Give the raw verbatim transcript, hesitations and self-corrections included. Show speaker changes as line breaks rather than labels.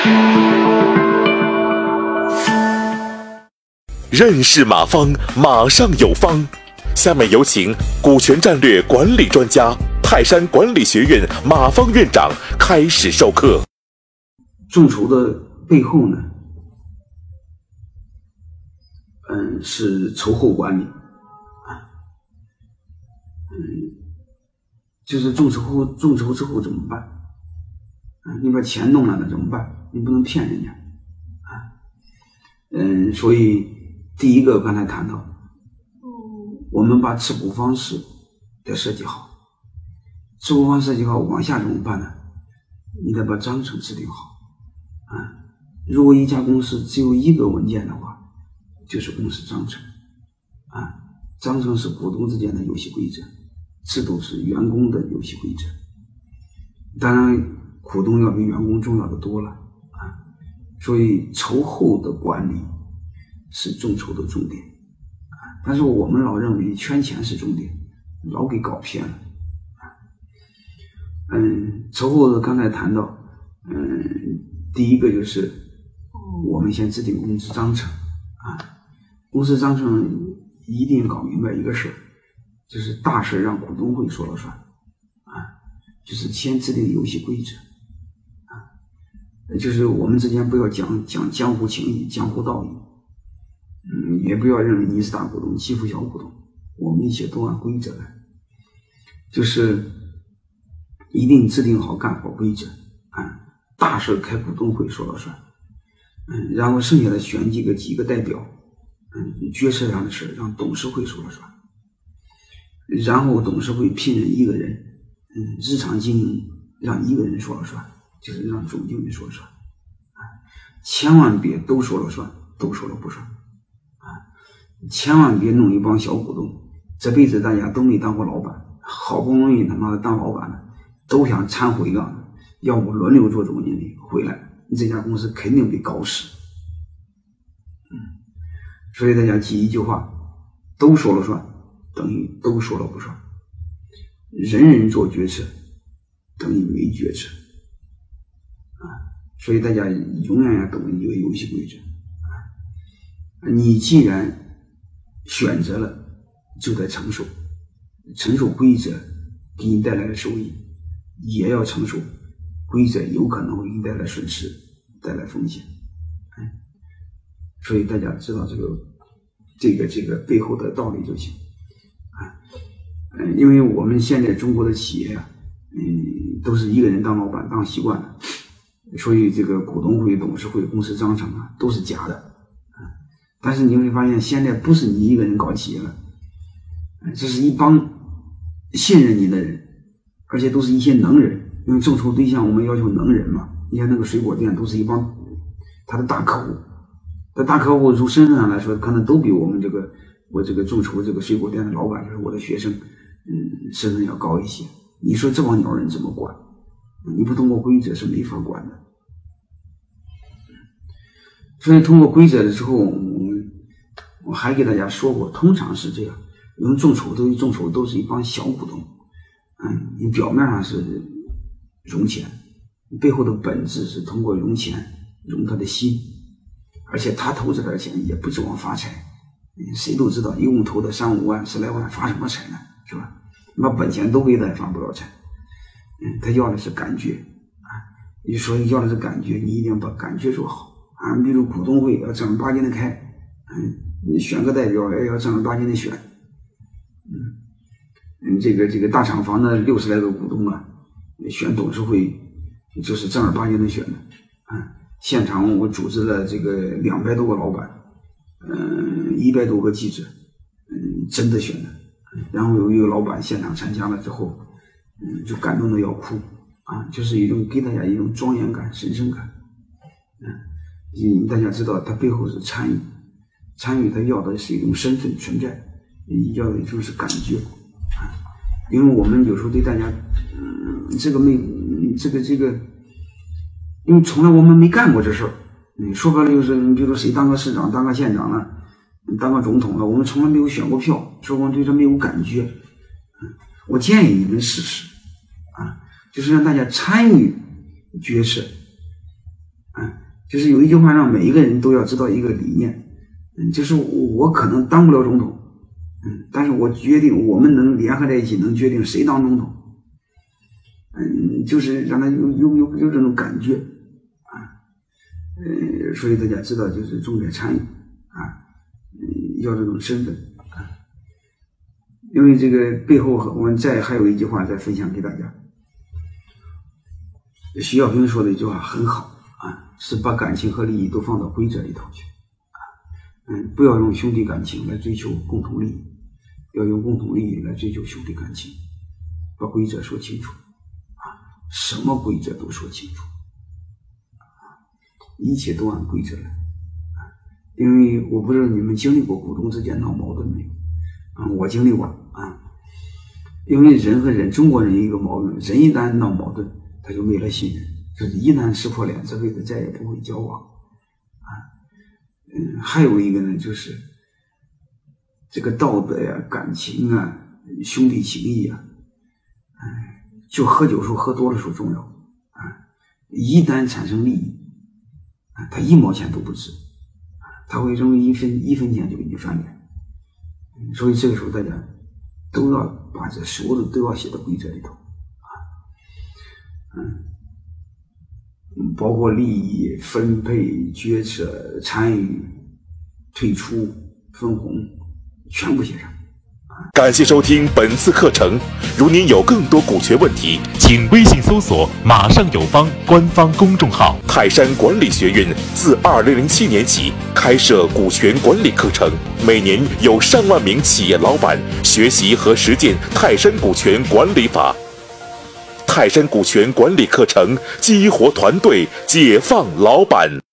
认识马方，马上有方。下面有请股权战略管理专家、泰山管理学院马方院长开始授课。
众筹的背后呢，嗯，是筹后管理啊，嗯，就是众筹后，众筹之后怎么办？啊，你把钱弄来了怎么办？你不能骗人家啊，嗯，所以第一个刚才谈到，我们把持股方式得设计好，持股方式设计好，往下怎么办呢？你得把章程制定好啊。如果一家公司只有一个文件的话，就是公司章程啊。章程是股东之间的游戏规则，制度是员工的游戏规则。当然，股东要比员工重要的多了啊。所以，筹后的管理是众筹的重点啊。但是我们老认为圈钱是重点，老给搞偏了啊。嗯，筹后的刚才谈到，嗯，第一个就是我们先制定公司章程啊。公司章程一定搞明白一个事儿，就是大事让股东会说了算啊，就是先制定游戏规则啊，就是我们之间不要讲讲江湖情义、江湖道义，嗯，也不要认为你是大股东欺负小股东，我们一切都按规则来，就是一定制定好干好规则啊，大事开股东会说了算，嗯，然后剩下的选几个几个代表。嗯，决策上的事让董事会说了算，然后董事会聘任一个人，嗯，日常经营让一个人说了算，就是让总经理说了算，啊，千万别都说了算，都说了不算，啊，千万别弄一帮小股东，这辈子大家都没当过老板，好不容易他妈的当老板了，都想掺回杠，要不轮流做总经理，回来你这家公司肯定被搞死。所以大家记一句话，都说了算等于都说了不算，人人做决策等于没决策啊。所以大家永远要懂一个游戏规则啊。你既然选择了，就得承受，承受规则给你带来的收益，也要承受规则有可能会给你带来损失，带来风险。所以大家知道这个这个这个背后的道理就行啊。嗯，因为我们现在中国的企业啊，嗯，都是一个人当老板当习惯了，所以这个股东会、董事会、公司章程啊都是假的啊。但是你会发现，现在不是你一个人搞企业了，这是一帮信任你的人，而且都是一些能人。因为众筹对象我们要求能人嘛，你看那个水果店都是一帮他的大客户。这大客户从身份上来说，可能都比我们这个我这个众筹这个水果店的老板，就是我的学生，嗯，身份要高一些。你说这帮鸟人怎么管？你不通过规则是没法管的。所以通过规则的时候，我们我还给大家说过，通常是这样，因为众筹都众筹都是一帮小股东，嗯，你表面上是融钱，背后的本质是通过融钱融他的心。而且他投这点钱也不指望发财，谁都知道一共投的三五万十来万发什么财呢，是吧？你把本钱都给他也发不了财。嗯，他要的是感觉啊，你说要的是感觉，你一定要把感觉做好啊。比如股东会要正儿八经的开，嗯，你选个代表也要正儿八经的选，嗯嗯，这个这个大厂房的六十来个股东啊，选董事会就是正儿八经的选的啊。现场我组织了这个两百多个老板，嗯，一百多个记者，嗯，真的选的。然后有一个老板现场参加了之后，嗯，就感动的要哭啊，就是一种给大家一种庄严感、神圣感。嗯，大家知道他背后是参与，参与他要的是一种身份存在，要的就是感觉啊。因为我们有时候对大家，嗯，这个没，这个这个。因为从来我们没干过这事儿，嗯，说白了就是，你比如说谁当个市长、当个县长了，当个总统了，我们从来没有选过票，所以我们对这没有感觉。嗯，我建议你们试试，啊，就是让大家参与决策， 啊，就是有一句话让每一个人都要知道一个理念，嗯，就是我可能当不了总统，嗯，但是我决定我们能联合在一起，能决定谁当总统，嗯，就是让他有有有有这种感觉啊，呃，所以大家知道就是重点参与啊，嗯，要这种身份啊，因为这个背后我们再还有一句话再分享给大家。徐小平说的一句话很好啊，是把感情和利益都放到规则里头去啊，嗯，不要用兄弟感情来追求共同利益，要用共同利益来追求兄弟感情，把规则说清楚啊，什么规则都说清楚啊，一切都按规则来啊，因为我不知道你们经历过股东之间闹矛盾没有啊，我经历过啊，因为人和人，中国人一个毛病，人一旦闹矛盾他就没了信任，就是一旦撕破脸，这辈子再也不会交往啊。嗯，还有一个呢，就是这个道德呀、感情啊、兄弟情谊啊，哎，就喝酒时候喝多了时候重要啊。一旦产生利益啊，他一毛钱都不值啊，他会认为一分一分钱就给你翻脸。嗯，所以这个时候大家都要把这所有的都要写到规则里头。嗯，包括利益分配、决策、参与、退出、分红，全部写上。
感谢收听本次课程。如您有更多股权问题，请微信搜索“马上有方”官方公众号。泰山管理学院自二零零七年起开设股权管理课程，每年有上万名企业老板学习和实践泰山股权管理法。泰山股权管理课程激活团队，解放老板。